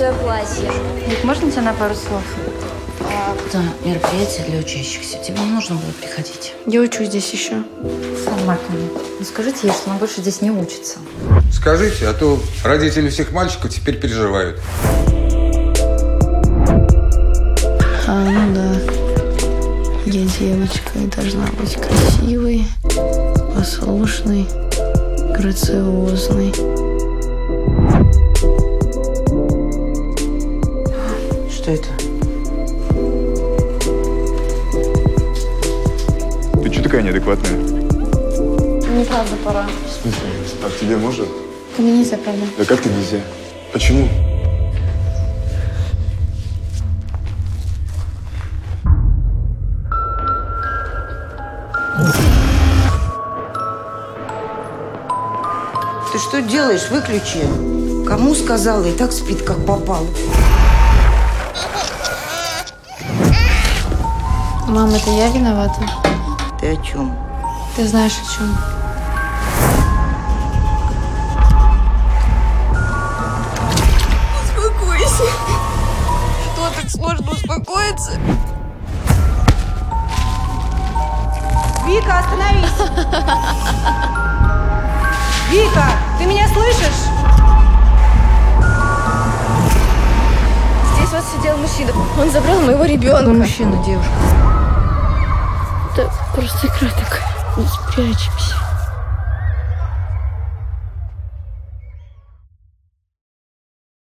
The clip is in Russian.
золотое платье. Вик, можно тебя на пару слов? Это мероприятие для учащихся. Тебе не нужно было приходить. Я учусь здесь еще. Сан Марковна, ну скажите ей, что она больше здесь не учится. Скажите, а то родители всех мальчиков теперь переживают. Ну да. Я девочка и должна быть красивой, послушной, грациозной. Что это? Ты что такая неадекватная? Неправда, пора. В смысле? А к тебе можно? Ко мне нельзя, правда? Да как-то нельзя. Почему? Ты что делаешь? Выключи. Кому сказала? И так спит, как попал. Мам, это я виновата? Ты о чем? Ты знаешь, о чем. Успокойся. Что, так сложно успокоиться? Вика, остановись! Вика, ты меня слышишь? Здесь вот сидел мужчина. Он забрал моего ребенка. Какой мужчина, девушка? Да просто игра такая. Не спрячемся.